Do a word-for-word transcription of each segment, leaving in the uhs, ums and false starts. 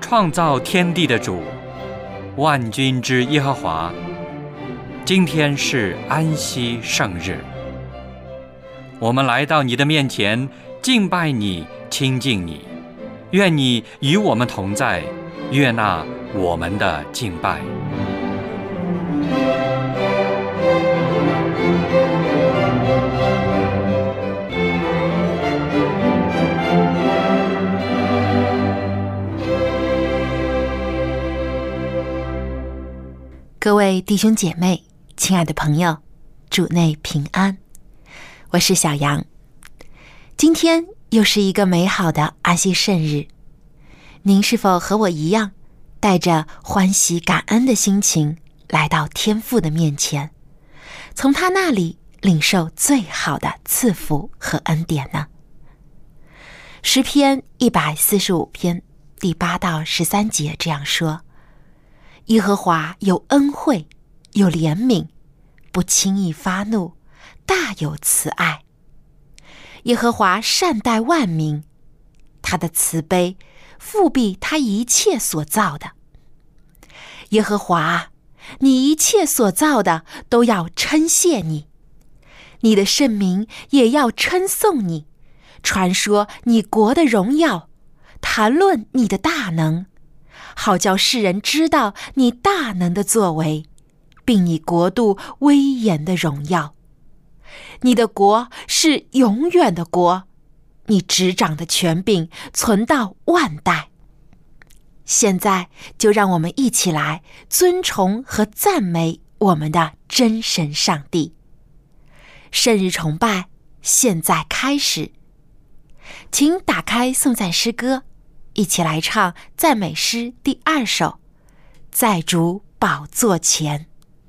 创造天地的主，万军之耶和华，今天是安息圣日。我们来到你的面前，敬拜你，亲近你。愿你与我们同在，悦纳我们的敬拜。 各位弟兄姐妹，亲爱的朋友，主内平安，我是小杨。今天又是一个美好的安息圣日，您是否和我一样，带着欢喜感恩的心情来到天父的面前，从他那里领受最好的赐福和恩典呢？诗篇一百四十五篇第八到十三节这样说：耶和华有恩惠，有怜悯，不轻易发怒，大有慈爱。耶和华善待万民，他的慈悲复庇他一切所造的。耶和华，你一切所造的都要称谢你，你的圣名也要称颂你，传说你国的荣耀，谈论你的大能，好叫世人知道你大能的作为，并你国度威严的荣耀。你的国是永远的国，你执掌的权柄存到万代。现在就让我们一起来尊崇和赞美我们的真神上帝。圣日崇拜现在开始，请打开颂赞诗歌，一起来唱赞美诗第二首，在主宝座前。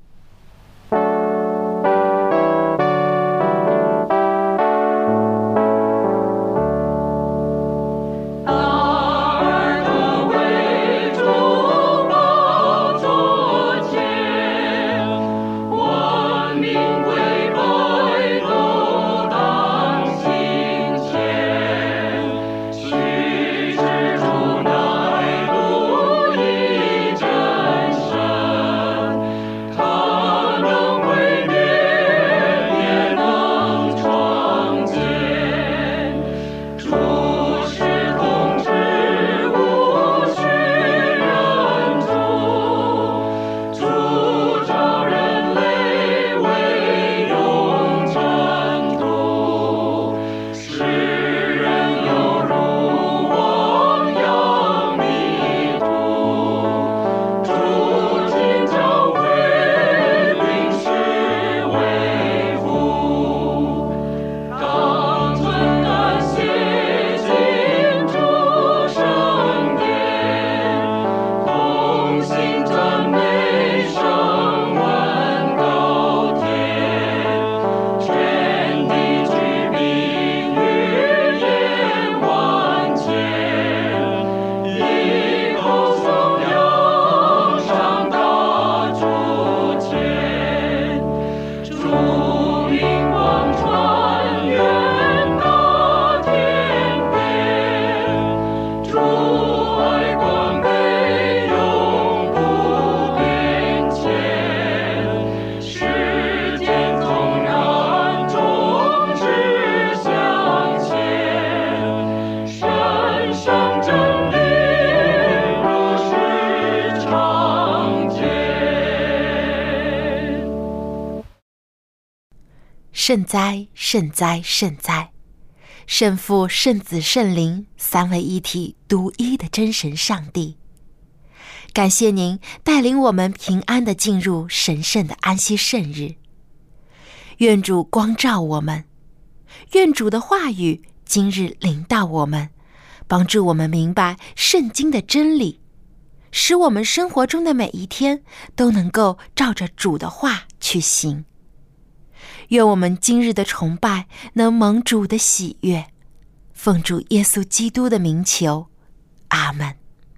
圣哉，圣哉，圣哉！圣父、圣子、圣灵三位一体独一的真神上帝，感谢您带领我们平安地进入神圣的安息圣日。愿主光照我们，愿主的话语今日临到我们，帮助我们明白圣经的真理，使我们生活中的每一天都能够照着主的话去行。愿我们今日的崇拜能蒙主的喜悦，奉主耶稣基督的名求，阿们。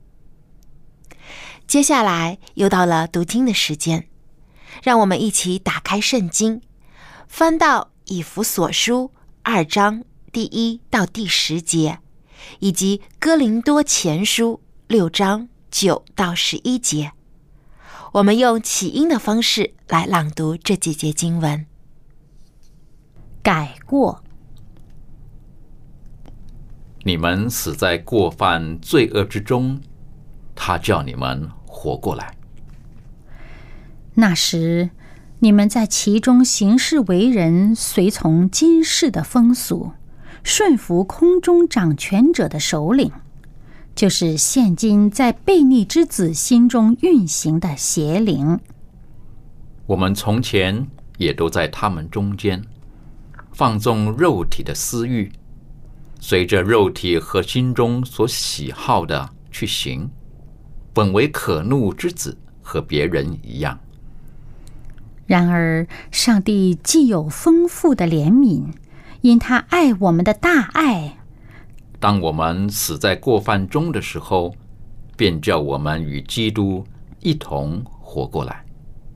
接下来又到了读经的时间，让我们一起打开圣经，翻到以弗所书二章第一到第十节，以及哥林多前书六章九到十一节。我们用起音的方式来朗读这几节经文。改过， 你们死在过犯罪恶之中，他叫你们活过来。 那时，你们在其中行事为人，随从今世的风俗，顺服空中掌权者的首领，就是现今在悖逆之子心中运行的邪灵。 我们从前也都在他们中间，放纵肉体的私欲，随着肉体和心中所喜好的去行，本为可怒之子，和别人一样。 然而，上帝既有丰富的怜悯，因他爱我们的大爱， 当我们死在过犯中的时候，便叫我们与基督一同活过来。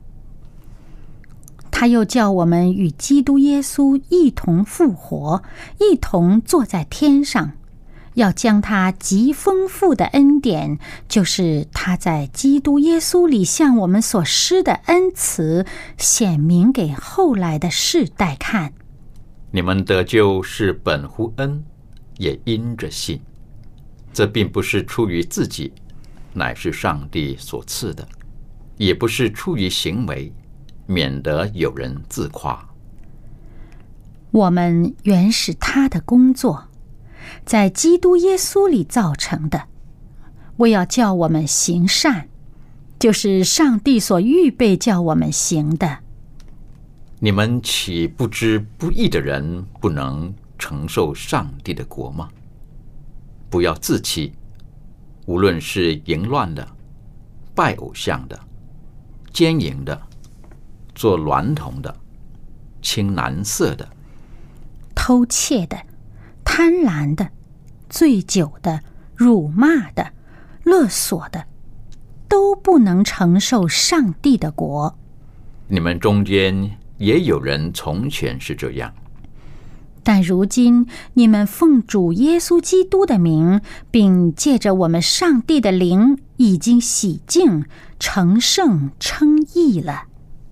他又叫我们与基督耶稣一同复活，一同坐在天上，要将他极丰富的恩典，就是他在基督耶稣里向我们所施的恩慈，显明给后来的世代看。 你们得救是本乎恩，也因着信。这并不是出于自己，乃是上帝所赐的；也不是出于行为，免得有人自夸。 我们原是他的工作，在基督耶稣里造成的，为要叫我们行善，就是上帝所预备叫我们行的。 你们岂不知不义的人不能承受上帝的国吗？不要自欺，无论是淫乱的、拜偶像的、奸淫的、做娈童的、青蓝色的、 偷窃的、贪婪的、醉酒的、辱骂的、勒索的，都不能承受上帝的国。 你们中间也有人从前是这样， 但如今你们奉主耶稣基督的名，并借着我们上帝的灵，已经洗净、成圣、称义了。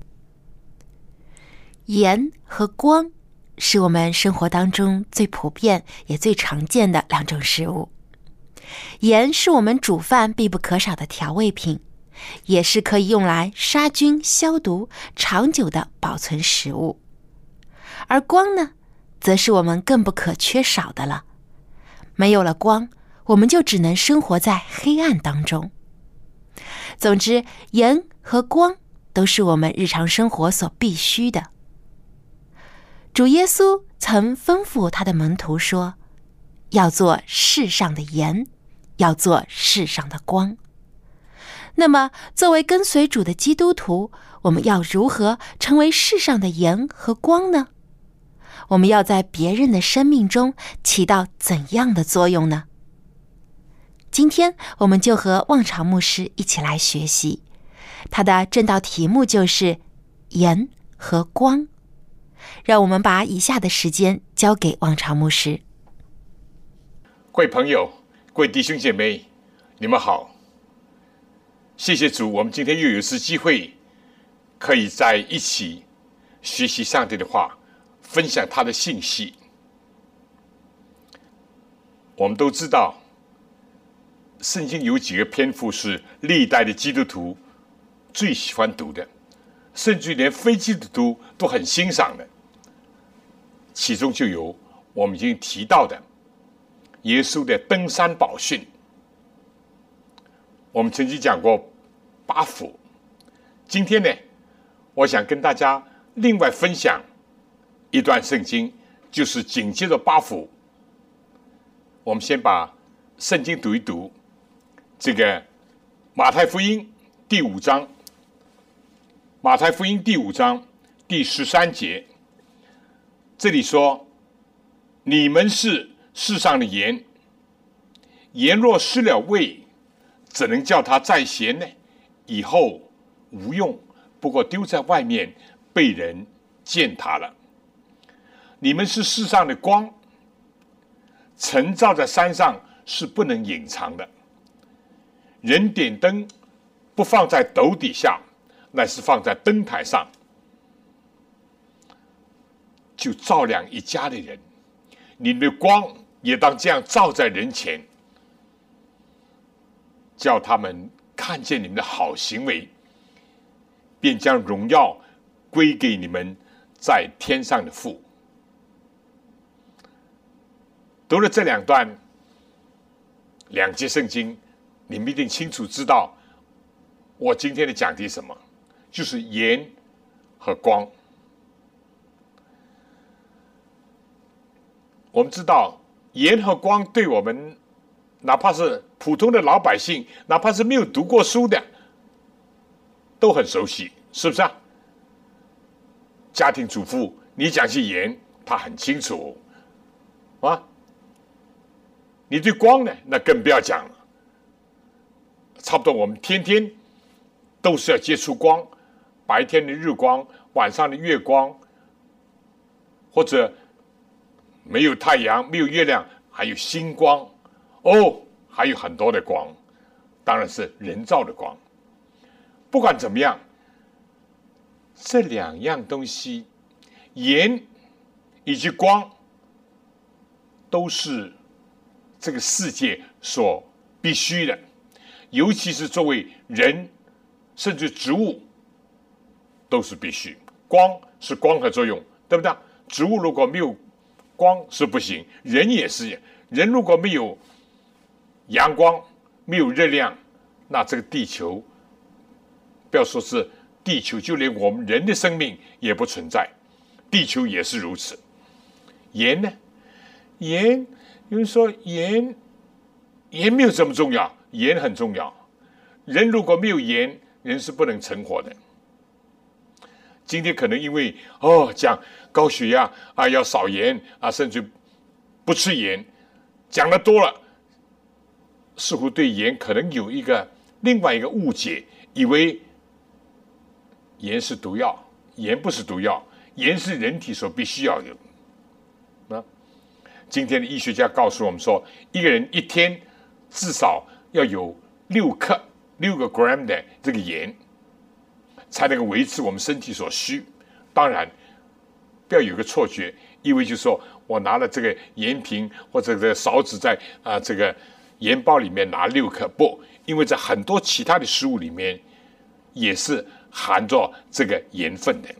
盐和光是我们生活当中最普遍也最常见的两种食物。盐是我们煮饭必不可少的调味品，也是可以用来杀菌、消毒、长久的保存食物。而光呢，则是我们更不可缺少的了。没有了光，我们就只能生活在黑暗当中。总之，盐和光都是我们日常生活所必须的。主耶稣曾吩咐他的门徒说，要做世上的盐，要做世上的光。那么，作为跟随主的基督徒，我们要如何成为世上的盐和光呢？我们要在别人的生命中起到怎样的作用呢？今天我们就和望潮牧师一起来学习，他的正道题目就是盐和光。让我们把以下的时间交给望潮牧师。 各位朋友，各位弟兄姐妹，你们好。谢谢主，我们今天又有一次机会可以在一起学习上帝的话，分享他的信息。我们都知道圣经有几个篇幅是历代的基督徒最喜欢读的，甚至连非基督徒都很欣赏的。其中就有我们已经提到的耶稣的登山宝训。我们曾经讲过八福，今天呢，我想跟大家另外分享一段圣经，就是紧接着八福。我们先把圣经读一读，这个马太福音第五章，马太福音第五章第十三节，这里说：你们是世上的盐，盐若失了味，怎能叫它再咸呢？以后无用，不过丢在外面，被人践踏了。你们是世上的光，城照在山上是不能隐藏的。 人点灯不放在斗底下，乃是放在灯台上，就照亮一家的人。你们的光也当这样照在人前，叫他们看见你们的好行为，便将荣耀归给你们在天上的父。读了这两段两节圣经，你们一定清楚知道我今天的讲题什么，就是盐和光。我们知道盐和光对我们，哪怕是普通的老百姓，哪怕是没有读过书的，都很熟悉，是不是啊？家庭主妇，你讲起盐，他很清楚啊。你对光呢，那更不要讲了。差不多我们天天都是要接触光，白天的日光，晚上的月光，或者没有太阳，没有月亮，还有星光，哦，还有很多的光，当然是人造的光。不管怎么样，这两样东西，盐以及光，都是这个世界所必须的，尤其是作为人，甚至植物，都是必须。光是光合作用，对不对？植物如果没有光是不行，人也是。人如果没有阳光，没有热量，那这个地球，不要说是地球，就连我们人的生命也不存在。地球也是如此。盐呢？盐，有人说盐，盐没有这么重要，盐很重要。人如果没有盐，人是不能成活的。今天可能因为哦讲高血压啊要少盐啊，甚至不吃盐，讲的多了，似乎对盐可能有一个另外一个误解，以为盐是毒药。盐不是毒药，盐是人体所必须要的。啊，今天的医学家告诉我们说，一个人一天至少要有六克六个 gram 的这个盐，才能够维持我们身体所需。当然，不要有个错觉，以为就是说我拿了这个盐瓶或者这个勺子在啊、呃、这个盐包里面拿六克，不，因为在很多其他的食物里面也是含着这个盐分的。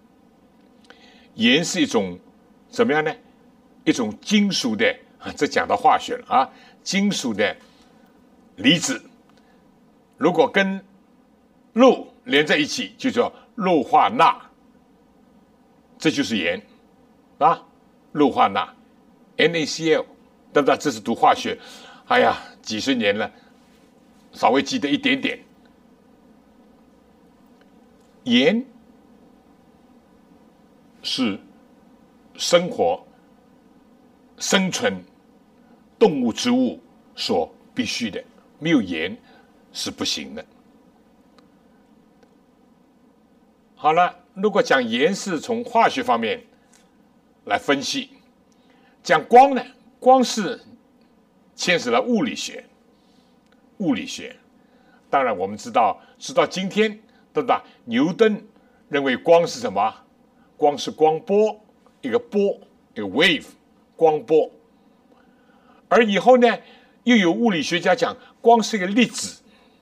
盐是一种怎么样呢？一种金属的，这讲到化学了啊，金属的离子，如果跟镂连在一起，就叫镂化钠，这就是盐啊，镂化钠 N A C L， 对不对？这是读化学，哎呀，几十年了，稍微记得一点点。盐是生活、生存、动物、植物所必须的，没有盐是不行的。好了，如果讲盐是从化学方面来分析，讲光呢，光是牵涉到物理学。物理学，当然我们知道，直到今天，对吧？牛顿认为光是什么？光是光波，一个波，一个 wave， 光波。而以后呢，又有物理学家讲光是一个粒子。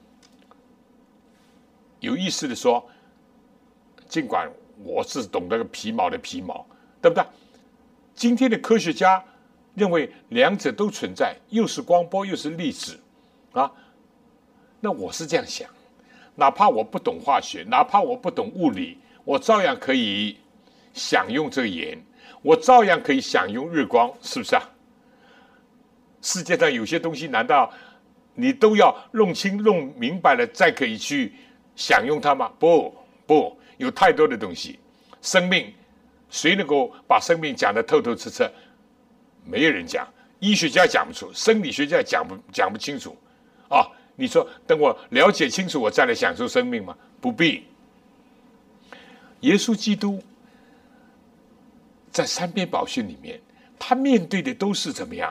有意思的说，尽管我是懂得个皮毛的皮毛，对不对？今天的科学家认为两者都存在，又是光波又是粒子啊。那我是这样想，哪怕我不懂化学，哪怕我不懂物理，我照样可以享用这个盐，我照样可以享用日光，是不是啊？世界上有些东西，难道你都要弄清弄明白了再可以去享用它吗？不不，有太多的东西。生命，谁能够把生命讲得透透彻彻？没有人讲，医学家讲不出，生理学家讲不讲不清楚啊！你说等我了解清楚，我再来享受生命吗？不必。耶稣基督在三篇宝训里面，他面对的都是怎么样？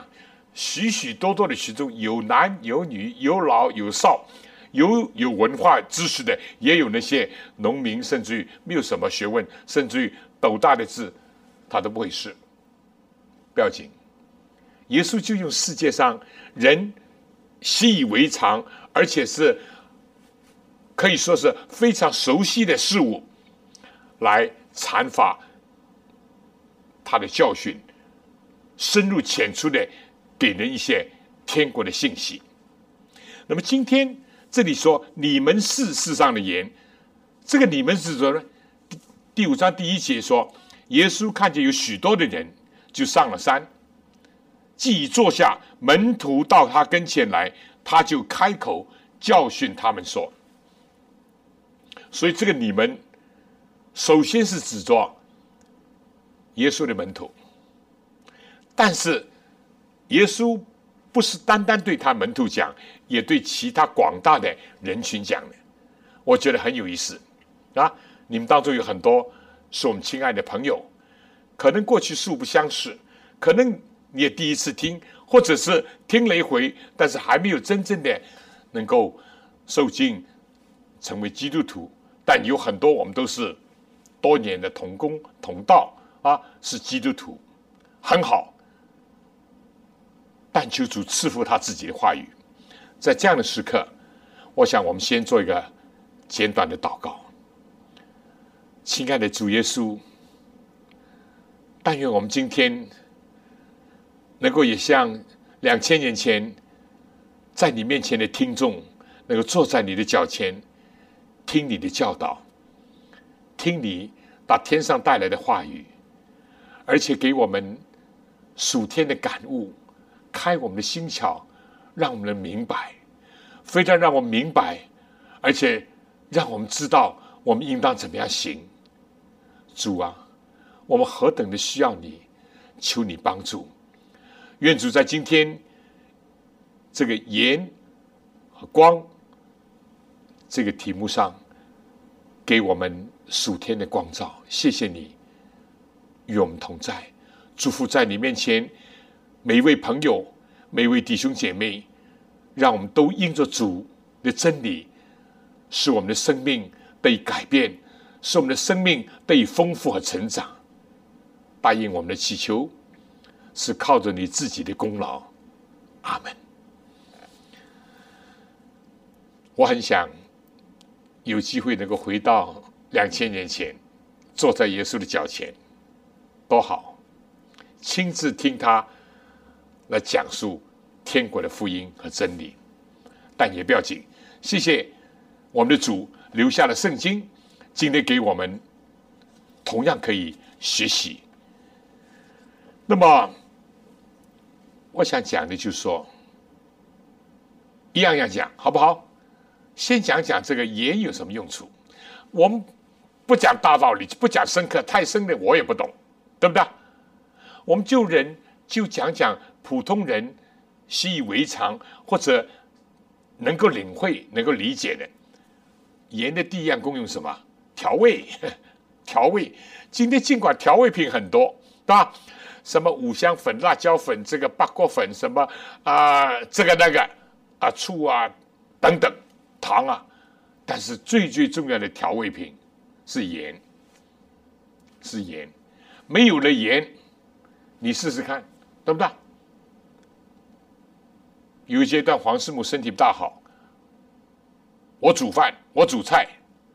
许许多多的群众，有男有女，有老有少，有有文化知识的，也有那些农民，甚至于没有什么学问，甚至于斗大的字他都不会识。不要紧，耶稣就用世界上人习以为常，而且是可以说是非常熟悉的事物，来阐发他的教训，深入浅出的给人一些天国的信息。那么今天这里说你们是世上的盐，这个你们是什么呢？第五章第一节说，耶稣看见有许多的人，就上了山，既已坐下，门徒到他跟前来，他就开口教训他们说。所以这个你们首先是指着耶稣的门徒，但是耶稣不是单单对他门徒讲，也对其他广大的人群讲的。我觉得很有意思啊！你们当中有很多是我们亲爱的朋友，可能过去素不相识，可能你也第一次听，或者是听了一回，但是还没有真正的能够受浸成为基督徒。但有很多我们都是多年的同工同道啊，是基督徒，很好。但求主赐福他自己的话语。在这样的时刻，我想我们先做一个简短的祷告。亲爱的主耶稣，但愿我们今天能够也像两千年前在你面前的听众，能够坐在你的脚前，听你的教导，听你把天上带来的话语，而且给我们属天的感悟，开我们的心窍，让我们明白，非常让我们明白，而且让我们知道我们应当怎么样行。主啊，我们何等的需要你，求你帮助。愿主在今天这个盐和光这个题目上给我们属天的光照。谢谢你与我们同在，祝福在你面前每一位朋友，每一位弟兄姐妹，让我们都因着主的真理，使我们的生命得以改变，使我们的生命得以丰富和成长。答应我们的祈求是靠着你自己的功劳。阿们。我很想有机会能够回到两千年前，坐在耶稣的脚前，多好，亲自听他来讲述天国的福音和真理。但也不要紧，谢谢我们的主留下了圣经，今天给我们同样可以学习。那么我想讲的就是说，一样样讲好不好？先讲讲这个盐有什么用处。我们不讲大道理，不讲深刻，太深的我也不懂，对不对？我们就人就讲讲普通人习以为常或者能够领会能够理解的。盐的第一样功用是什么？调味。调味今天尽管调味品很多，对吧？什么五香粉、辣椒粉、这个八角粉，什么啊、呃、这个那个啊醋啊等等糖啊，但是最最重要的调味品是盐，是盐。没有了盐，你试试看，对不对？有一阶段黄师母身体不大好，我煮饭，我煮菜，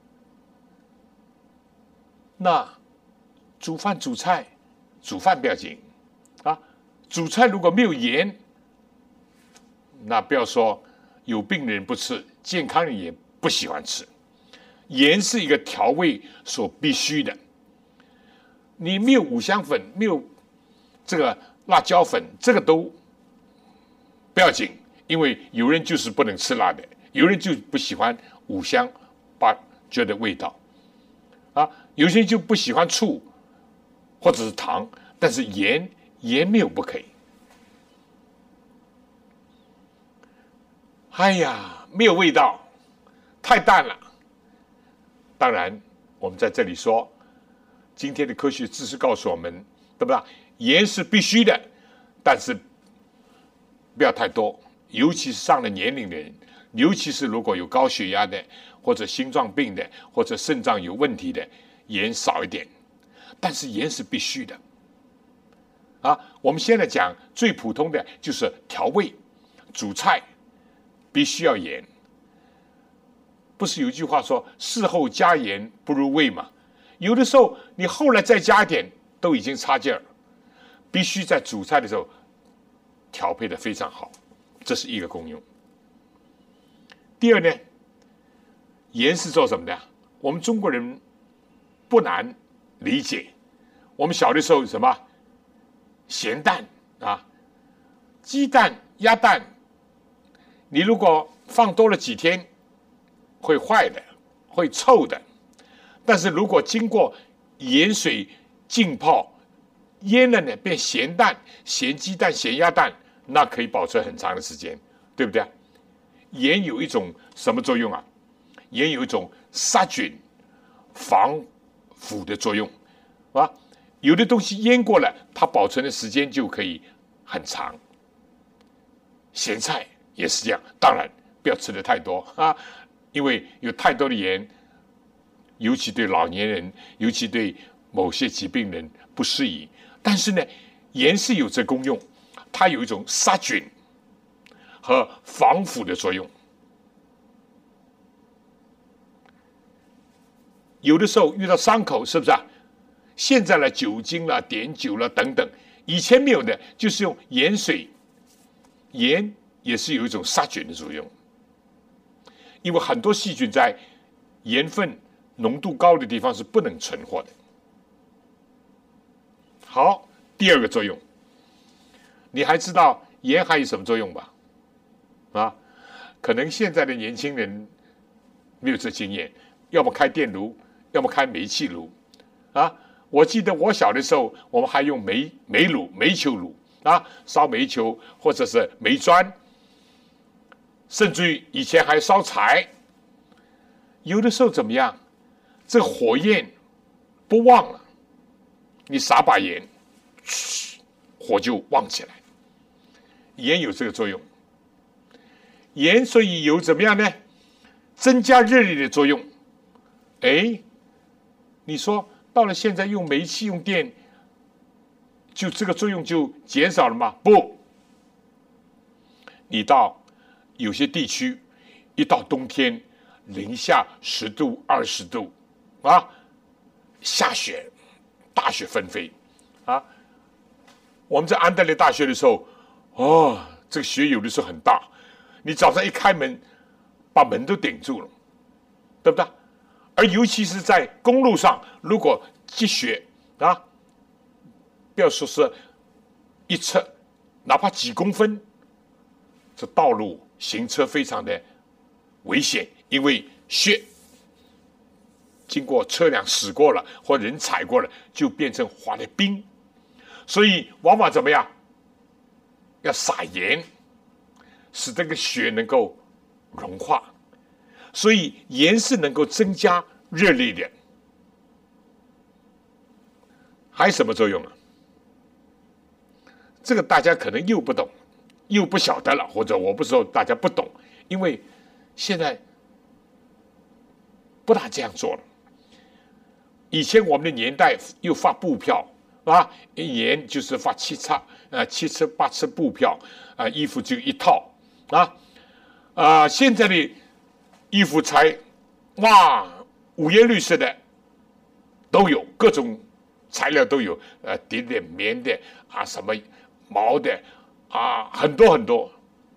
那煮饭煮菜。煮饭不要紧啊，煮菜如果没有盐，那不要说有病的人不吃，健康人也不喜欢吃。盐是一个调味所必须的。你没有五香粉，没有这个辣椒粉，这个都不要紧，因为有人就是不能吃辣的，有人就不喜欢五香八觉得味道啊，有些人就不喜欢醋或者是糖，但是盐盐没有不可以。哎呀，没有味道，太淡了。当然，我们在这里说，今天的科学知识告诉我们，对不对？盐是必须的，但是不要太多，尤其是上了年龄的人，尤其是如果有高血压的，或者心脏病的，或者肾脏有问题的，盐少一点。但是盐是必须的啊！我们现在讲最普通的就是调味，煮菜必须要盐。不是有句话说“事后加盐不入味”吗？有的时候你后来再加一点，都已经差劲儿。必须在煮菜的时候调配的非常好，这是一个功用。第二呢，盐是做什么的？我们中国人不难理解。我们小的时候什么咸蛋啊，鸡蛋、鸭蛋，你如果放多了几天，会坏的，会臭的。但是如果经过盐水浸泡腌了呢，变咸蛋、咸鸡蛋、咸鸭蛋，那可以保存很长的时间，对不对？盐有一种什么作用啊？盐有一种杀菌、防腐的作用啊。有的东西腌过了，它保存的时间就可以很长。咸菜也是这样，当然不要吃的太多啊，因为有太多的盐，尤其对老年人，尤其对某些疾病人不适宜。但是呢，盐是有这功用，它有一种杀菌和防腐的作用。有的时候遇到伤口，是不是啊？现在的酒精了、碘酒了等等，以前没有的，就是用盐水。盐也是有一种杀菌的作用，因为很多细菌在盐分浓度高的地方是不能存活的。好，第二个作用，你还知道盐还有什么作用吧？啊，可能现在的年轻人没有这经验，要么开电炉，要么开煤气炉。啊，我记得我小的时候，我们还用煤煤炉、煤球炉啊，烧煤球或者是煤砖，甚至于以前还烧柴。有的时候怎么样？这火焰不旺了，你撒把盐，火就旺起来。盐有这个作用。盐所以有怎么样呢？增加热力的作用。哎，你说到了现在用煤气用电，就这个作用就减少了吗？不，你到有些地区，一到冬天，零下十度、二十度，啊，下雪，大雪纷飞，啊，我们在安德烈大学的时候，哦，这个雪有的时候很大，你早上一开门，把门都顶住了，对不对？而尤其是在公路上，如果积雪啊，不要说是一侧，哪怕几公分，这道路行车非常的危险，因为雪经过车辆驶过了或人踩过了，就变成滑的冰，所以往往怎么样？要撒盐，使这个雪能够融化。所以盐是能够增加热力的。还有什么作用啊？这个大家可能又不懂，又不晓得了，或者我不说大家不懂，因为现在不大这样做了。以前我们的年代又发布票啊，一年就是发七册啊，七册八册布票啊，衣服就一套啊啊，现在的衣服才哇五颜六色的都有，各种材料都有，呃，叠的、棉的啊，什么毛的啊，很多很多。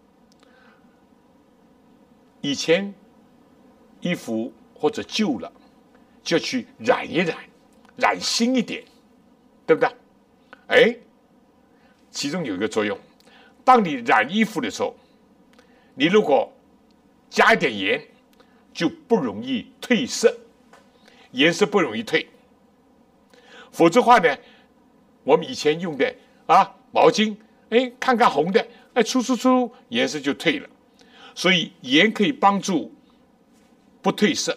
以前衣服或者旧了，就去染一染，染新一点，对不对？哎，其中有一个作用，当你染衣服的时候，你如果加一点盐，就不容易褪色，颜色不容易褪。否则的话呢，我们以前用的啊毛巾，哎，看看红的，哎，出出出，颜色就褪了。所以盐可以帮助不褪色。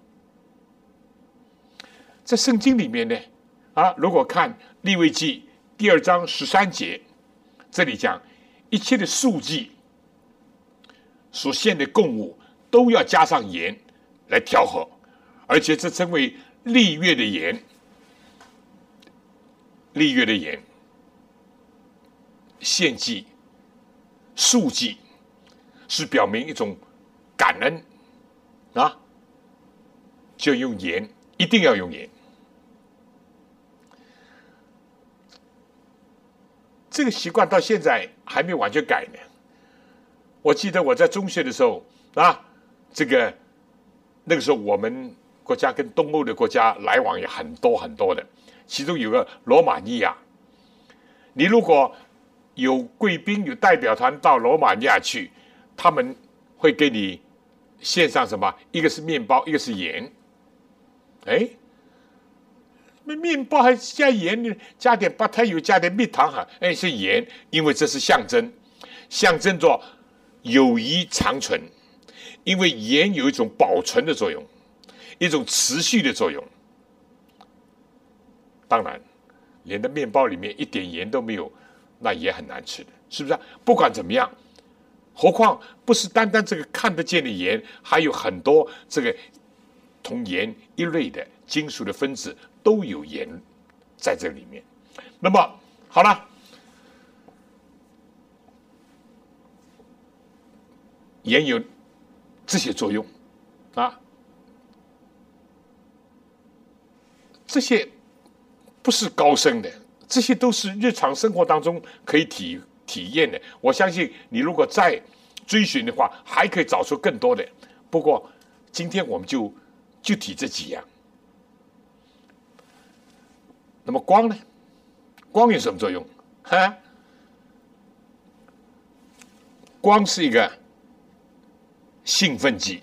在圣经里面呢，啊，如果看利未记第二章十三节，这里讲一切的素剂所献的供物都要加上盐来调和，而且这称为历月的盐。历月的盐，献祭、素祭，是表明一种感恩啊，就用盐，一定要用盐。这个习惯到现在还没完全改呢。我记得我在中学的时候啊，这个那个时候我们国家跟东欧的国家来往也很多很多的，其中有个罗马尼亚。你如果有贵宾有代表团到罗马尼亚去，他们会给你献上什么？一个是面包，一个是盐。哎，面包还加盐呢，加点白糖油，加点蜜糖哈，哎是盐，因为这是象征，象征着友谊长存。因为盐有一种保存的作用，一种持续的作用。当然，连的面包里面一点盐都没有，那也很难吃的，是不是啊？不管怎么样，何况不是单单这个看得见的盐，还有很多这个同盐一类的金属的分子都有盐在这里面。那么好了，盐有这些作用啊，这些不是高深的，这些都是日常生活当中可以体体验的。我相信你如果再追寻的话，还可以找出更多的。不过今天我们就就提这几样。那么光呢？光有什么作用？哈，光是一个兴奋剂。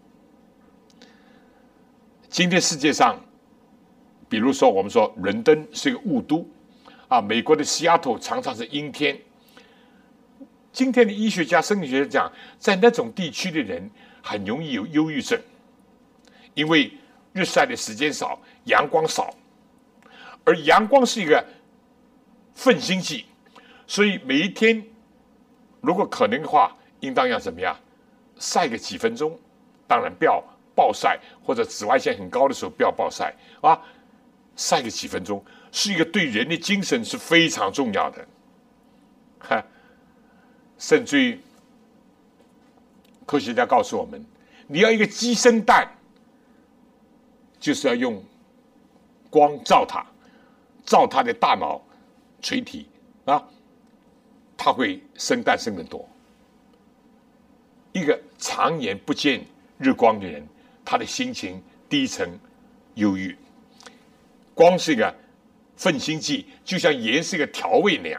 今天世界上，比如说我们说伦敦是一个雾都啊，美国的西雅图常常是阴天。今天的医学家、生理学家讲，在那种地区的人很容易有忧郁症，因为日晒的时间少，阳光少，而阳光是一个奋心剂，所以每一天如果可能的话，应当要怎么样？晒个几分钟，当然不要暴晒，或者紫外线很高的时候不要暴晒啊，晒个几分钟是一个对人的精神是非常重要的。哈，甚至于科学家告诉我们，你要一个鸡生蛋，就是要用光照它，照它的大脑垂体啊，它会生蛋生得多。一个常年不见日光的人，他的心情低沉、忧郁。光是一个奋心剂，就像盐是一个调味那样。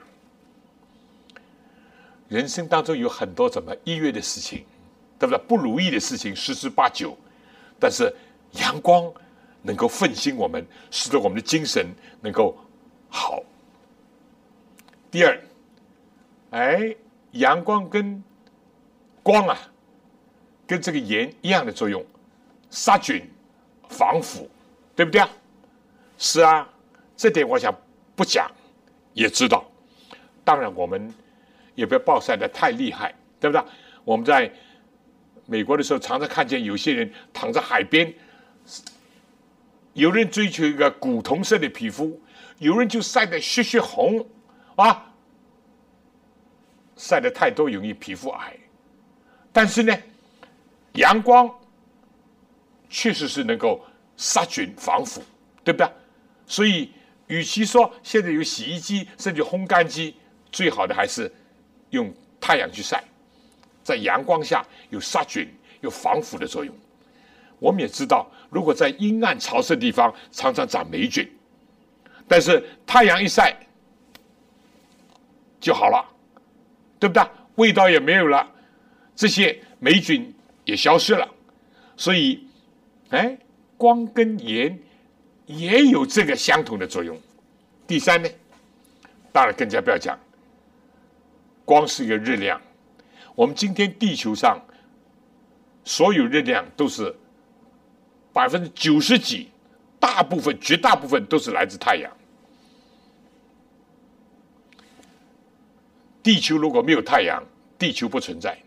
人生当中有很多怎么抑郁的事情，对不对？不如意的事情十之八九，但是阳光能够奋兴我们，使得我们的精神能够好。第二，哎，阳光跟光啊，跟这个盐一样的作用，杀菌、防腐，对不对啊？是啊，这点我想不讲也知道。当然，我们也不要暴晒得太厉害，对不对？我们在美国的时候，常常看见有些人躺在海边，有人追求一个古铜色的皮肤，有人就晒得血血红啊，晒得太多容易皮肤癌。但是呢，阳光确实是能够杀菌防腐，对不对？所以，与其说现在有洗衣机甚至烘干机，最好的还是用太阳去晒，在阳光下有杀菌、有防腐的作用。我们也知道，如果在阴暗潮湿的地方，常常长霉菌，但是太阳一晒就好了，对不对？味道也没有了。这些霉菌也消失了，所以，哎，光跟盐也有这个相同的作用。第三呢，当然更加不要讲，光是一个热量。我们今天地球上所有热量都是百分之九十几，大部分、绝大部分都是来自太阳。 地球如果没有太阳，地球不存在。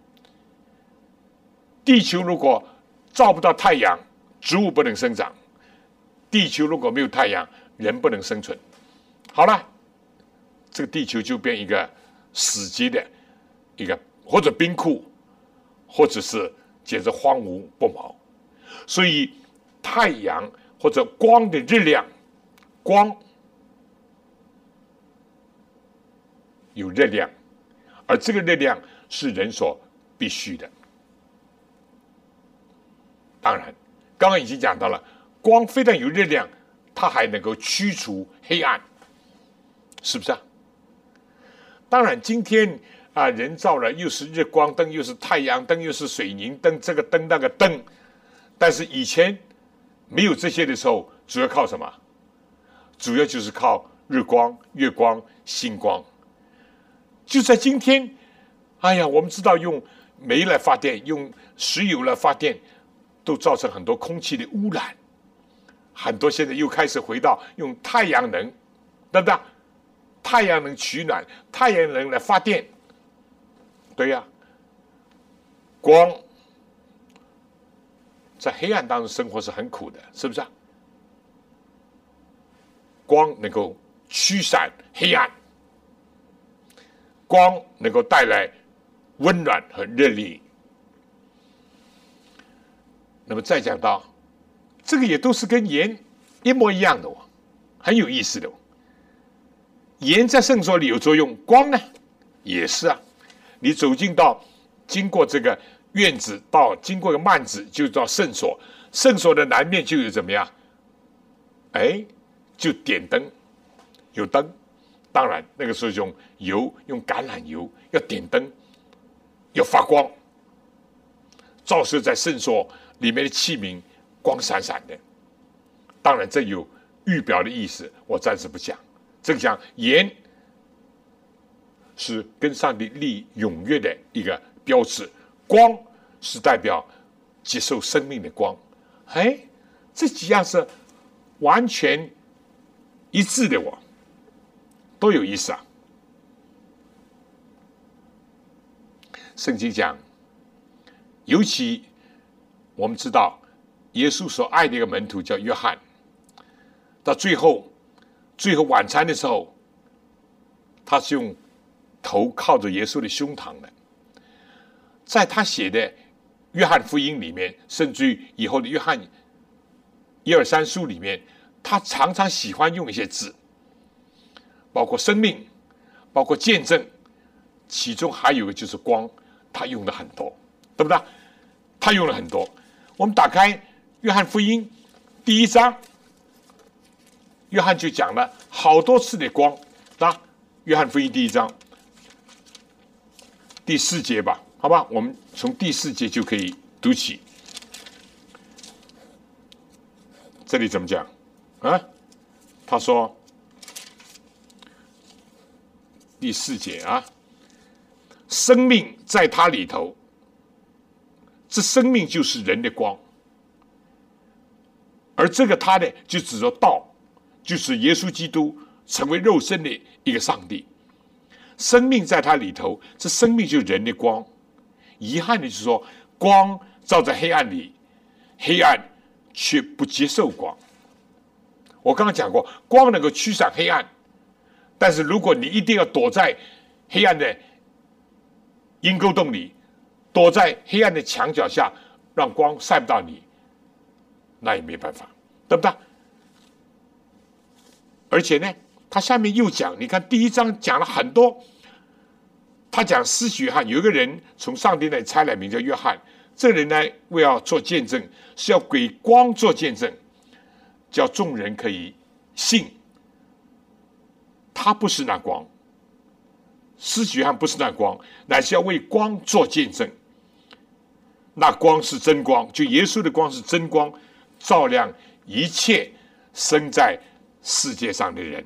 地球如果照不到太阳，植物不能生长。地球如果没有太阳，人不能生存。好了，这个地球就变一个死寂的一个，或者冰库，或者是简直荒芜不毛。所以太阳或者光的热量，光有热量，而这个热量是人所必须的。当然，刚刚已经讲到了，光非常有热量，它还能够驱除黑暗，是不是啊？当然，今天啊，人造了又是日光灯，又是太阳灯，又是水凝灯，这个灯那个灯。但是以前没有这些的时候，主要靠什么？主要就是靠日光、月光、星光。就在今天，哎呀，我们知道用煤来发电，用石油来发电，都造成很多空气的污染。很多现在又开始回到用太阳能，对不对？太阳能取暖，太阳能来发电。对呀、啊，光在黑暗当中生活是很苦的，是不是啊？光能够驱散黑暗，光能够带来温暖和热力。那么再讲到这个，也都是跟盐一模一样的哦，很有意思的哦。盐在圣所里有作用，光呢也是啊。你走进到经过这个院子，到经过个幔子，就到圣所。圣所的南面就有怎么样？哎，就点灯，有灯。当然那个时候用油，用橄榄油，要点灯，要发光，照射在圣所里面的器皿，光闪闪的。当然这有预表的意思，我暂时不讲。这个讲盐是跟上帝立永约的一个标志，光是代表接受生命的光。哎，这几样是完全一致的，我都有意思啊。圣经讲，尤其我们知道耶稣所爱的一个门徒叫约翰，到最后最后晚餐的时候，他是用头靠着耶稣的胸膛的。在他写的约翰福音里面，甚至于以后的约翰一二三书里面，他常常喜欢用一些字，包括生命，包括见证，其中还有一个就是光，他用的很多，对不对？他用了很多。我们打开约翰福音第一章，约翰就讲了好多次的光。那约翰福音第一章第四节吧，好吧，我们从第四节就可以读起。这里怎么讲啊？他说第四节啊，生命在他里头，这生命就是人的光，而这个他呢，就指着道，就是耶稣基督成为肉身的一个上帝。生命在他里头，这生命就是人的光。遗憾的就是说，光照在黑暗里，黑暗却不接受光。我刚刚讲过，光能够驱散黑暗，但是如果你一定要躲在黑暗的阴沟洞里，躲在黑暗的墙角下，让光晒不到你，那也没办法，对不对？而且呢，他下面又讲，你看第一章讲了很多，他讲施洗约翰有一个人从上帝那里差来，名叫约翰。这个人呢，为要做见证，是要给光做见证，叫众人可以信。他不是那光，施洗约翰不是那光，乃是要为光做见证。那光是真光，就耶稣的光是真光，照亮一切生在世界上的人。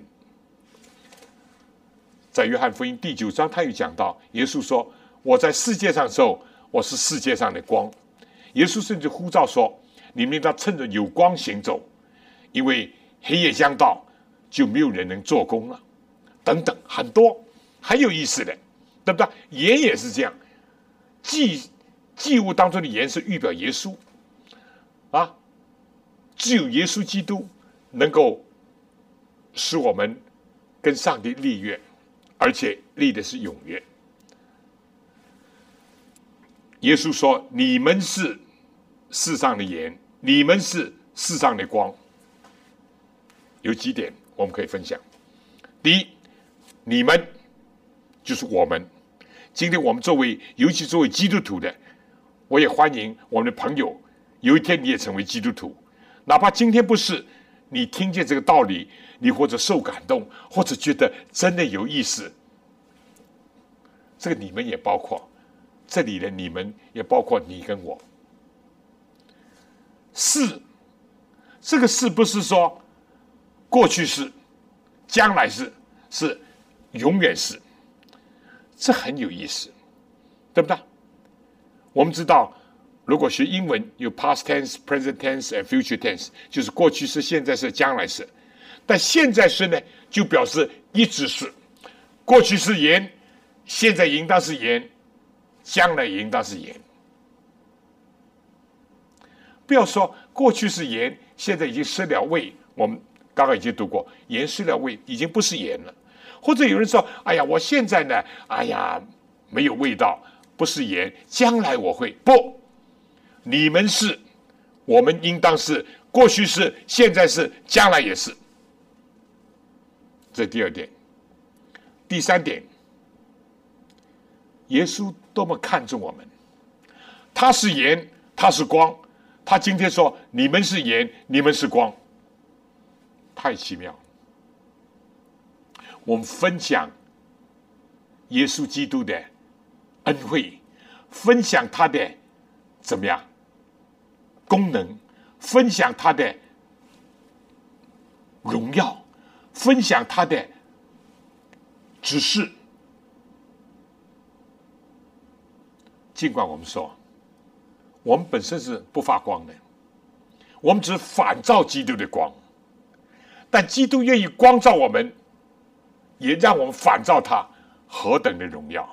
在约翰福音第九章，他又讲到，耶稣说：“我在世界上的时候，我是世界上的光。”耶稣甚至呼召说：“你们应当趁着有光行走，因为黑夜将到，就没有人能做工了。”等等，很多很有意思的。 对不对？盐也是这样，祭祭物当中的盐是预表耶稣啊，只有耶稣基督能够使我们跟上帝立约，而且立的是永约。耶稣说：“你们是世上的盐，你们是世上的光。”有几点我们可以分享。第一，你们就是我们。今天我们作为，尤其作为基督徒的，我也欢迎我们的朋友，有一天你也成为基督徒，哪怕今天不是，你听见这个道理，你或者受感动，或者觉得真的有意思，这个你们也包括，这里的你们也包括你跟我。是，这个是不是说过去是，将来是，是永远是，这很有意思，对不对？我们知道，如果学英文有 past tense、present tense and future tense， 就是过去式、现在式、将来式。但现在式呢，就表示一直是，过去是盐，现在应当是盐，将来应当是盐。不要说过去是盐，现在已经失了味。我们刚刚已经读过，盐失了味，已经不是盐了。或者有人说：“哎呀，我现在呢，哎呀，没有味道，不是盐，将来我会。”不，你们是，我们应当是，过去是，现在是，将来也是。这第二点。第三点，耶稣多么看重我们，他是盐，他是光。他今天说：“你们是盐，你们是光。”太奇妙！我们分享耶稣基督的恩惠，分享他的怎么样功能，分享他的荣耀，分享他的指示。尽管我们说，我们本身是不发光的，我们只是反照基督的光，但基督愿意光照我们，也让我们反照他，何等的荣耀！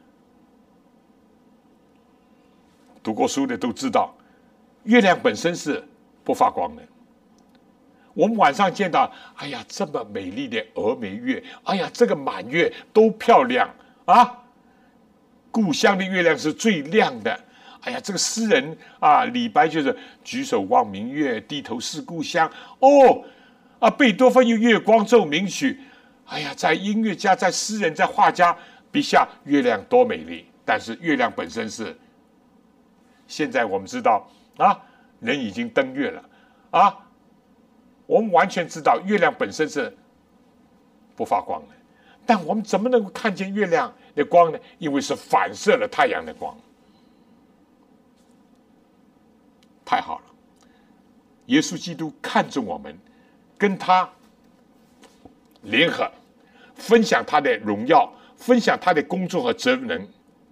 读过书的都知道，月亮本身是不发光的。我们晚上见到，哎呀，这么美丽的峨眉月，哎呀，这个满月都漂亮啊！故乡的月亮是最亮的。哎呀，这个诗人啊，李白就是举手望明月，低头思故乡。哦，啊，贝多芬又月光奏鸣曲。哎呀，在音乐家、在诗人、在画家笔下，月亮多美丽！但是月亮本身是，现在我们知道啊，人已经登月了啊，我们完全知道月亮本身是不发光的，但我们怎么能够看见月亮的光呢？因为是反射了太阳的光。太好了，耶稣基督看重我们，跟他联合，分享他的荣耀，分享他的工作和责任，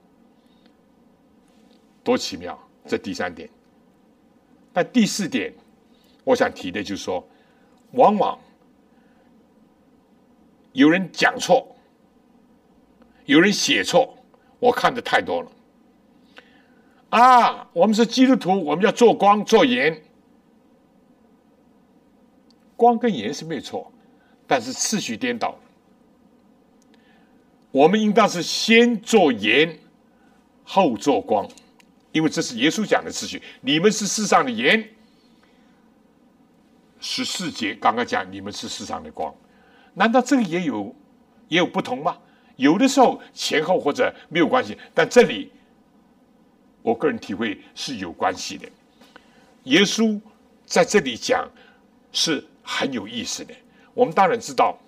多奇妙！这第三点。但第四点，我想提的就是说，往往有人讲错，有人写错，我看的太多了。啊，我们是基督徒，我们要做光做盐。光跟盐是没有错，但是次序颠倒了。我们应当是先做盐，后做光，因为这是耶稣讲的次序。你们是世上的盐。十四节刚刚讲你们是世上的光，难道这个也有也有不同吗？有的时候前后或者没有关系，但这里我个人体会是有关系的。耶稣在这里讲是很有意思的。我们当然知道，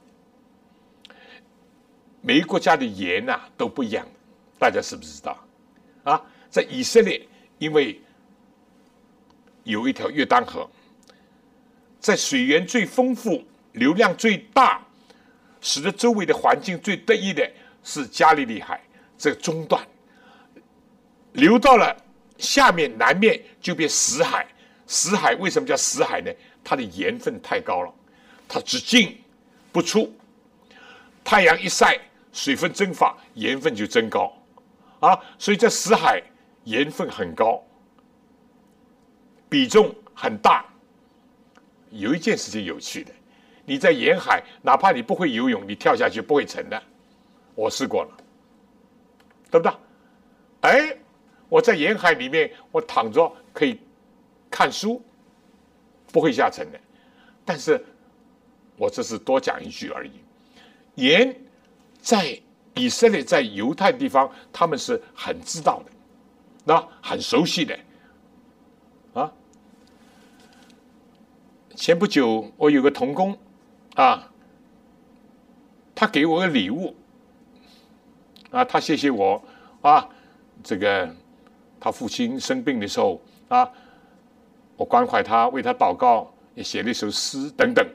每一个国家的盐啊都不一样，大家是不是知道？啊，在以色列，因为有一条约旦河，在水源最丰富、流量最大，使得周围的环境最得意的是加利利海这个中段。流到了下面南面就变死海，死海为什么叫死海呢？它的盐分太高了，它只进不出，太阳一晒， 水分蒸发，盐分就增高啊。所以在死海盐分很高，比重很大。有一件事情有趣的，你在沿海，哪怕你不会游泳，你跳下去不会沉的。我试过了，对不对？哎，我在沿海里面，我躺着可以看书，不会下沉的。但是我这是多讲一句而已。盐在以色列、在犹太地方，他们是很知道的，那很熟悉的啊。前不久我有个同工啊，他给我个礼物啊，他谢谢我啊，这个他父亲生病的时候啊，我关怀他，为他祷告，也写了一首诗等等。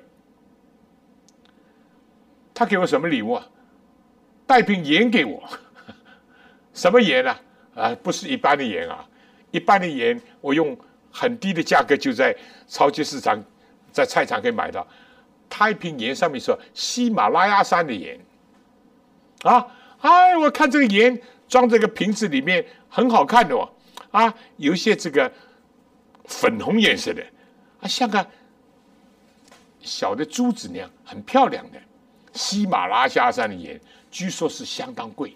他给我什么礼物啊？带瓶盐给我。什么盐啊？啊，不是一般的盐啊，一般的盐我用很低的价格就在超级市场、在菜场可以买到。他一瓶盐上面说喜马拉雅山的盐啊，哎，我看这个盐装这个瓶子里面很好看的哦，啊，有一些这个粉红颜色的啊，像个小的珠子那样，很漂亮的。喜马拉雅山的盐，据说是相当贵，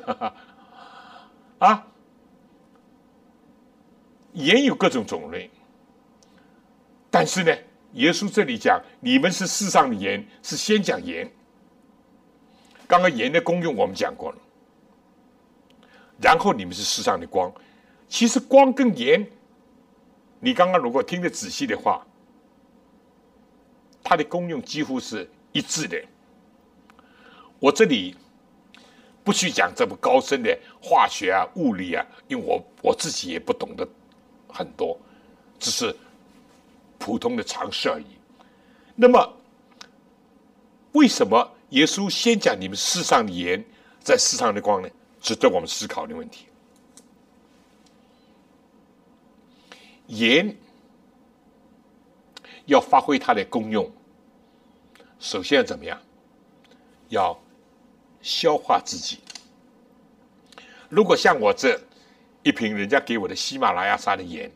啊，盐有各种种类，但是呢，耶稣这里讲，你们是世上的盐，是先讲盐。刚刚盐的功用我们讲过了，然后你们是世上的光。其实光跟盐，你刚刚如果听得仔细的话，它的功用几乎是一致的。我这里不去讲这么高深的化学啊、物理啊，因为我我自己也不懂得很多，只是普通的常识而已。那么，为什么耶稣先讲你们世上的盐，在世上的光呢？值得我们思考的问题。盐要发挥它的功用，首先要怎么样？要消化自己。如果像我这一瓶人家给我的喜马拉雅山的盐，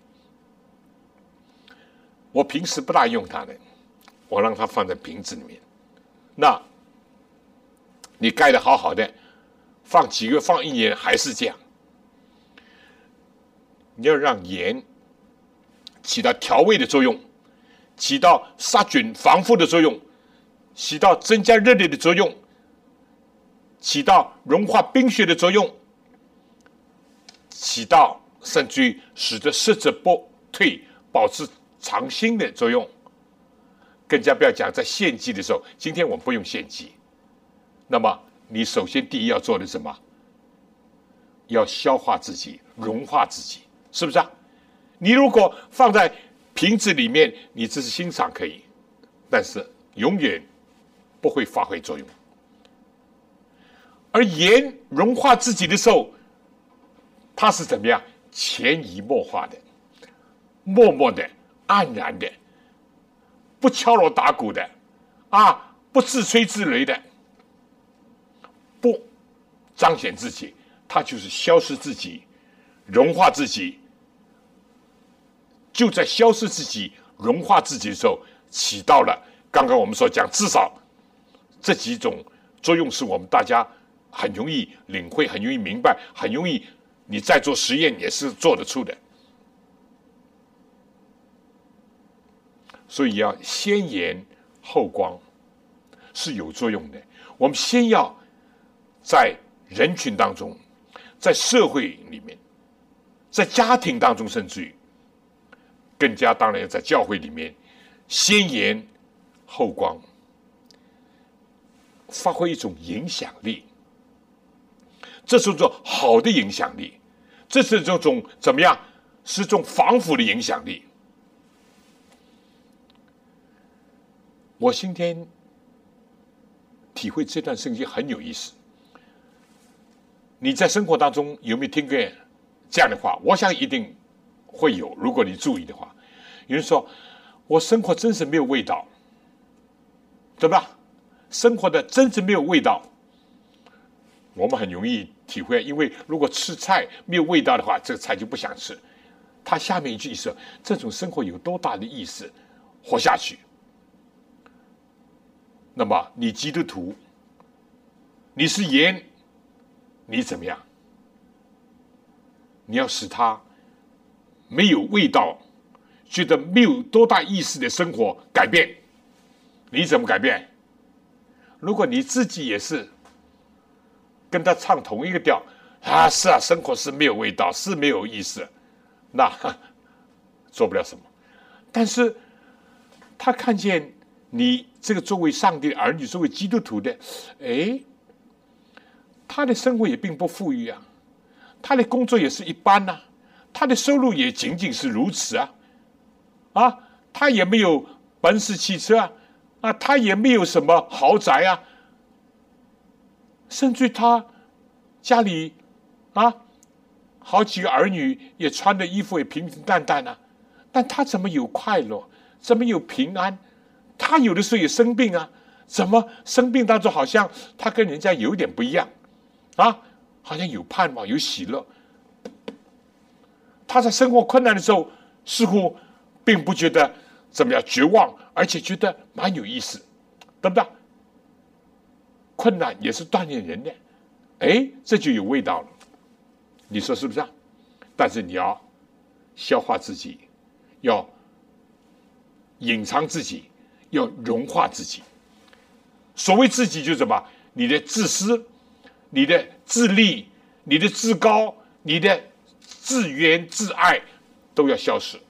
我平时不大用它的，我让它放在瓶子里面，那你盖得好好的，放几个月、放一年还是这样。你要让盐起到调味的作用，起到杀菌防腐的作用，起到增加热力的作用，起到融化冰雪的作用，起到甚至于使得湿疹不退、保持长新的作用。更加不要讲在献祭的时候，今天我们不用献祭，那么你首先第一要做的是什么？要消化自己，融化自己，是不是啊？你如果放在瓶子里面，你只是欣赏可以，但是永远不会发挥作用。而盐融化自己的时候，它是怎么样？潜移默化的，默默的，黯然的，不敲锣打鼓的，啊，不自吹自擂的，不彰显自己，它就是消失自己，融化自己。就在消失自己、融化自己的时候，起到了刚刚我们所讲，至少这几种作用是我们大家很容易领会、很容易明白、很容易你在做实验也是做得出的。所以要先盐后光是有作用的。我们先要在人群当中，在社会里面，在家庭当中，甚至于更加当然要在教会里面，先盐后光，发挥一种影响力。这是一种好的影响力，这是这种怎么样？是一种防腐的影响力。我今天体会这段圣经很有意思。你在生活当中有没有听过这样的话？我想一定会有，如果你注意的话。有人说我生活真是没有味道，对吧？生活的真是没有味道。 我们很容易体会，因为如果吃菜没有味道的话，这个菜就不想吃。他下面一句是：这种生活有多大的意思？活下去。那么你基督徒，你是盐，你怎么样？你要使他没有味道，觉得没有多大意思的生活改变，你怎么改变？如果你自己也是跟他唱同一个调啊，是啊，生活是没有味道，是没有意思，那做不了什么。但是他看见你这个作为上帝的儿女，作为基督徒的，哎，他的生活也并不富裕啊，他的工作也是一般啊，他的收入也仅仅是如此啊，啊，他也没有奔驰汽车啊，啊，他也没有什么豪宅啊，甚至他家里啊，好几个儿女也穿的衣服也平平淡淡啊，但他怎么有快乐？怎么有平安？他有的时候也生病啊，怎么生病当中好像他跟人家有点不一样啊？好像有盼望，有喜乐。他在生活困难的时候，似乎并不觉得怎么样绝望，而且觉得蛮有意思，对不对？困难也是锻炼人的，哎，这就有味道了。你说是不是啊？但是你要消化自己，要隐藏自己，要融化自己。所谓自己就是什么？你的自私，你的自利，你的自高，你的自怨自爱都要消失。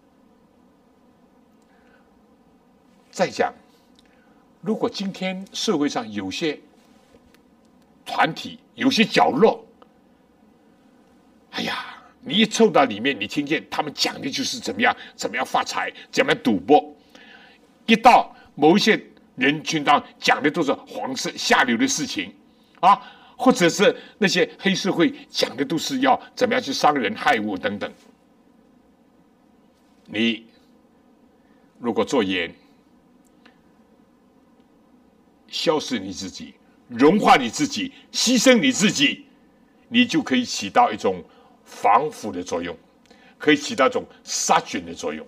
再讲，如果今天社会上有些团体，有些角落，哎呀，你一凑到里面，你听见他们讲的就是怎么样怎么样发财，怎么样赌博。一到某一些人群当讲的都是黄色下流的事情啊，或者是那些黑社会讲的都是要怎么样去伤人害物等等。你如果做盐，消失你自己，融化你自己，牺牲你自己，你就可以起到一种防腐的作用，可以起到一种杀菌的作用。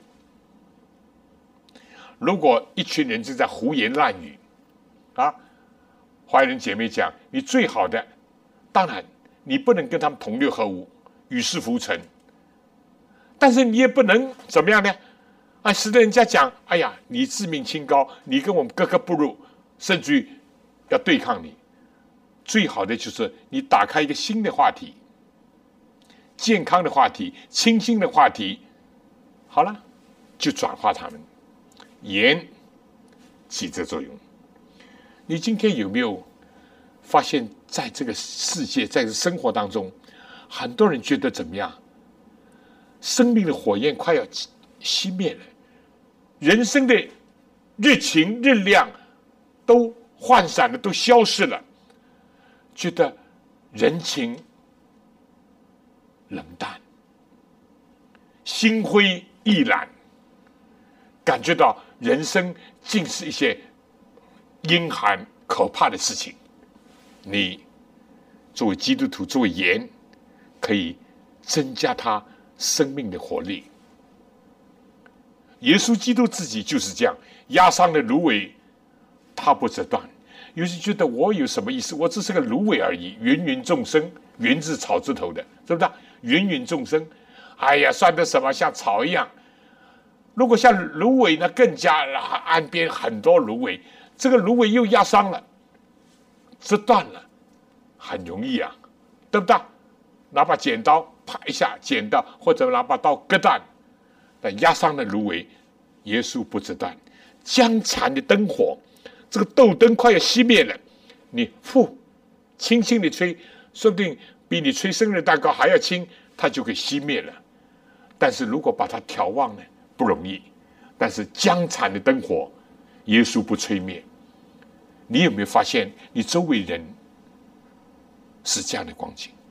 如果一群人正在胡言乱语啊，华人姐妹讲，你最好的，当然你不能跟他们同流合污，与世浮沉，但是你也不能怎么样呢？啊，使得人家讲，哎呀，你自命清高，你跟我们格格不入，甚至于要对抗你。最好的就是你打开一个新的话题，健康的话题，清新的话题，好了，就转化他们。盐起这作用。你今天有没有发现，在这个世界，在生活当中，很多人觉得怎么样？生命的火焰快要熄灭了，人生的热情热量都涣散了，都消失了，觉得人情冷淡，心灰意懒，感觉到人生尽是一些阴寒可怕的事情。你作为基督徒，作为盐，可以增加他生命的活力。耶稣基督自己就是这样，压伤的芦苇他不折断。有些觉得我有什么意思？我只是个芦苇而已，芸芸众生，源自草字头的，是不是？芸芸众生，哎呀，算得什么？像草一样。如果像芦苇呢，更加岸边很多芦苇，这个芦苇又压伤了，折断了，很容易啊，对不对？拿把剪刀啪一下剪到，或者拿把刀割断，但压伤的芦苇，耶稣不折断。将残的灯火，这个豆灯快要熄灭了，你呼轻轻的吹，说不定比你吹生日蛋糕还要轻，它就可以熄灭了。但是如果把它调旺呢，不容易。但是将残的灯火，耶稣不吹灭。你有没有发现，你周围人是这样的光景？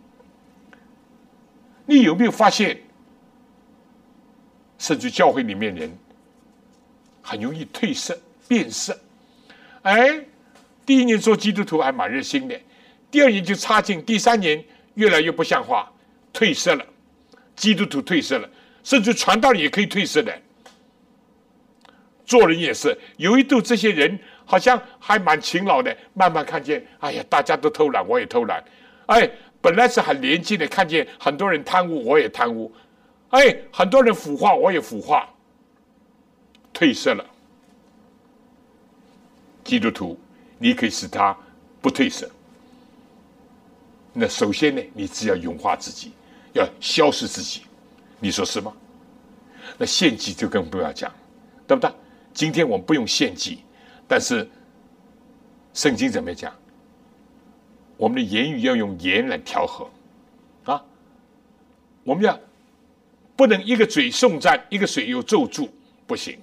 你有没有发现，甚至教会里面人很容易褪色变色？哎，第一年做基督徒还蛮热心的， 第二年就差劲，第三年越来越不像话，褪色了。基督徒褪色了，甚至传道人也可以褪色的。做人也是，有一度这些人好像还蛮勤劳的，慢慢看见，哎呀，大家都偷懒，我也偷懒。哎，本来是很廉洁的，看见很多人贪污，我也贪污。哎，很多人腐化，我也腐化，褪色了。基督徒，你可以使他不褪色。那首先呢，你只要融化自己，要消失自己，你说是吗？那献祭就更不要讲，对不对？今天我们不用献祭，但是圣经怎么讲？我们的言语要用盐来调和啊！我们要不能一个嘴颂赞，一个嘴又咒诅，不行。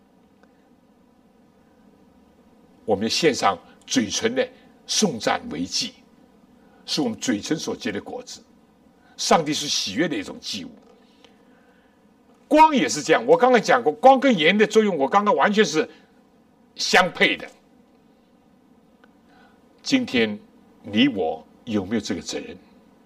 我们献上嘴唇的颂赞为祭，是我们嘴唇所结的果子。上帝是喜悦的一种祭物。光也是这样，我刚刚讲过，光跟盐的作用，我刚刚完全是相配的。今天你我有没有这个责任？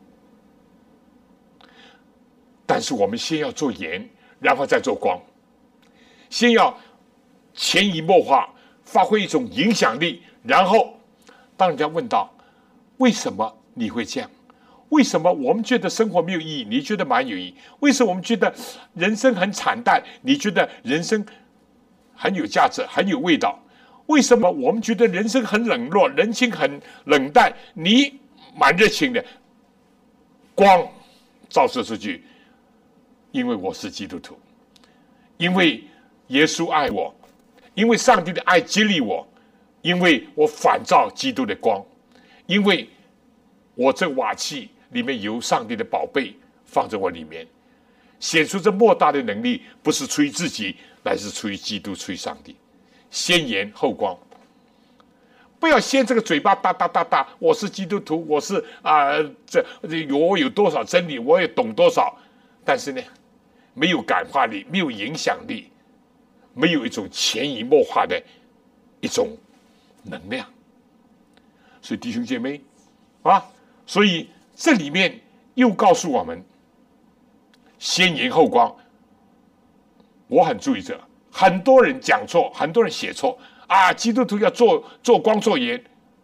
但是我们先要做盐，然后再做光，先要潜移默化，发挥一种影响力，然后当人家问到为什么你会这样，为什么我们觉得生活没有意义，你觉得蛮有意义？为什么我们觉得人生很惨淡，你觉得人生很有价值，很有味道？为什么我们觉得人生很冷落，人情很冷淡，你蛮热情的？光照射出去，因为我是基督徒，因为耶稣爱我，因为上帝的爱激励我，因为我反照基督的光，因为我这瓦器里面有上帝的宝贝放在我里面，显出这莫大的能力，不是出于自己，乃是出于基督，出于上帝。先盐后光，不要先这个嘴巴哒哒哒哒，我是基督徒，我是啊、呃，这我有多少真理，我也懂多少，但是呢，没有感化力，没有影响力，没有一种潜移默化的一种能量。所以弟兄姐妹啊，所以这里面又告诉我们，先盐后光。我很注意这个。很多人讲错，很多人写错啊！基督徒要做做光做盐，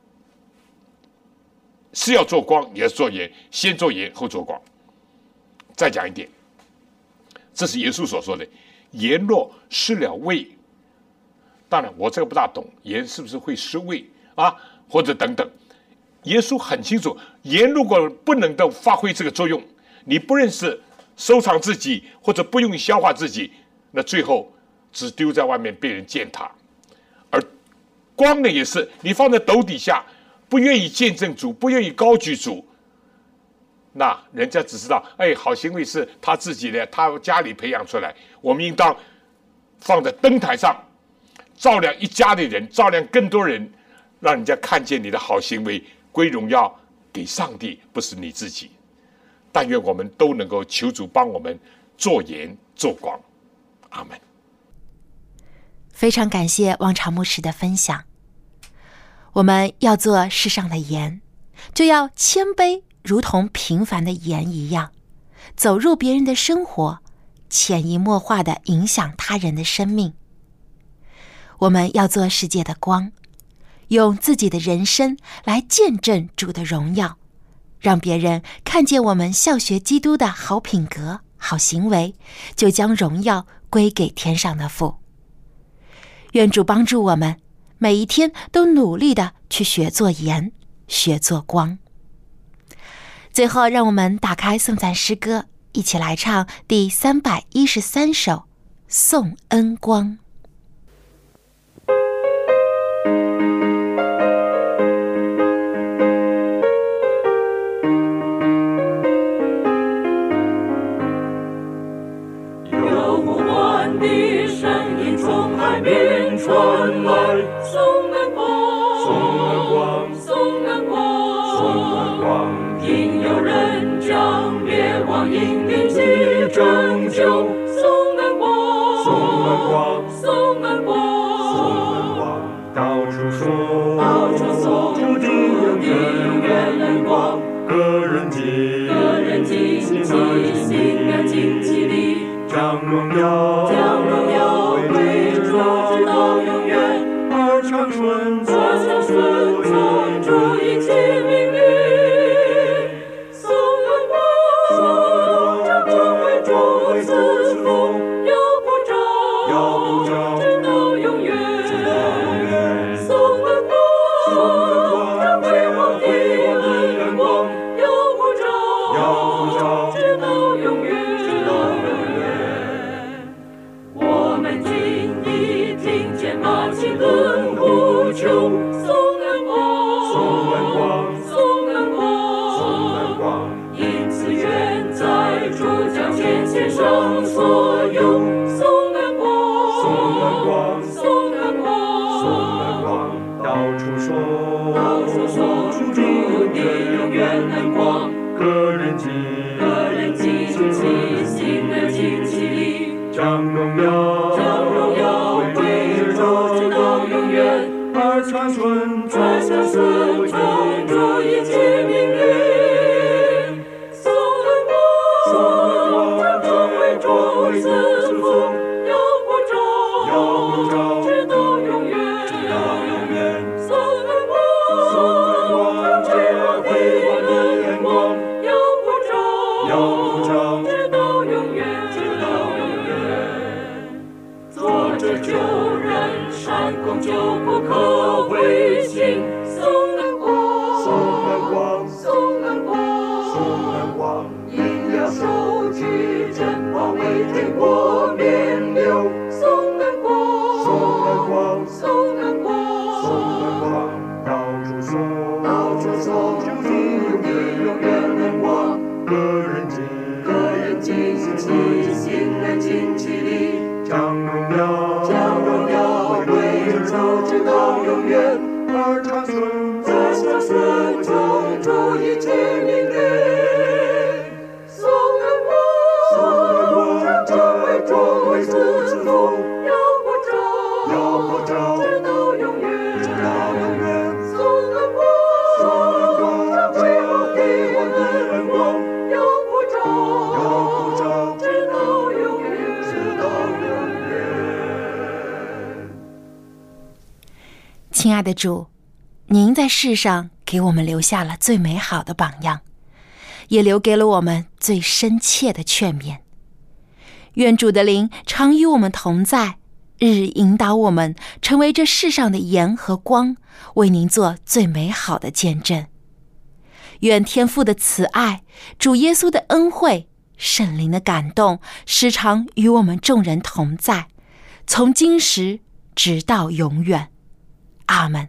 是要做光，也是做盐，先做盐后做光。再讲一点，这是耶稣所说的：盐若失了味，当然我这个不大懂，盐是不是会失味啊？或者等等，耶稣很清楚，盐如果不能够发挥这个作用，你不认识收藏自己，或者不用消化自己，那最后只丢在外面被人践踏。而光呢也是，你放在斗底下，不愿意见证主，不愿意高举主，那人家只知道，哎，好行为是他自己的，他家里培养出来。我们应当放在灯台上，照亮一家的人，照亮更多人，让人家看见你的好行为，归荣耀给上帝，不是你自己。但愿我们都能够求主帮我们做盐做光。阿们。 非常感谢王朝牧师的分享。我们要做世上的盐，就要谦卑，如同平凡的盐一样，走入别人的生活，潜移默化地影响他人的生命。我们要做世界的光，用自己的人生来见证主的荣耀，让别人看见我们效学基督的好品格、好行为，就将荣耀归给天上的父。愿主帮助我们，每一天都努力地去学做盐，学做光。最后，让我们打开颂赞诗歌，一起来唱第三百一十三首《颂恩光》。 传来颂恩光，颂恩光，颂恩光，颂恩光。因有人将灭亡引领去拯救，颂恩光，颂恩光，颂恩光，颂恩光。到处说，到处说，主的永远将荣耀将荣耀归主，直到永远，而长存而长存从主一起命运。颂恩光，颂恩光，成为主赐福，要不着，要不着，直到永远，直到永远。颂恩光，颂恩光，成为皇帝恩光，要不着，要不着，直到永远。马其顿呼求，颂恩光，颂恩光，颂恩光，颂恩光。因此愿在主将前献上所有，颂恩光，颂恩光，颂恩光，颂恩光。到处说，到处说出主的永远恩光。个人记，个人记起心的惊奇里，将荣耀，将荣耀。直到永远，而传顺传传顺从主一起命运。颂恩光，颂恩光，成为主赐福，要不着，要不着，直到永远，直到永远。颂恩光，颂恩光，成为皇帝恩光，要不着，要不着，直到永远，直到永远。作者救人。善功就不可灰心，颂恩光，颂恩光，颂恩光，颂恩光。因要收据珍宝为天国免流，颂恩光，颂恩光，颂恩光，颂恩光。到处说，到处说，主的永远恩光。个人记，个人记，起心的惊奇里，将荣耀，将荣耀。直到永远，而长存，而长存从主一起命运。颂恩光，颂恩光，成为主赐福，要不着，要不着，直到永远，直到永远。颂恩光，颂恩光，成为皇帝恩光，要不着，要不着，直到永远，直到永远。 亲爱的主，您在世上给我们留下了最美好的榜样，也留给了我们最深切的劝勉。愿主的灵常与我们同在，日日引导我们成为这世上的盐和光，为您做最美好的见证。愿天父的慈爱、主耶稣的恩惠、圣灵的感动，时常与我们众人同在，从今时直到永远。阿们。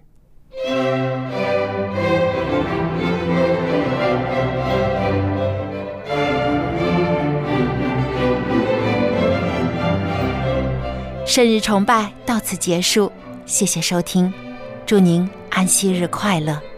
生日崇拜到此结束，谢谢收听，祝您安息日快乐。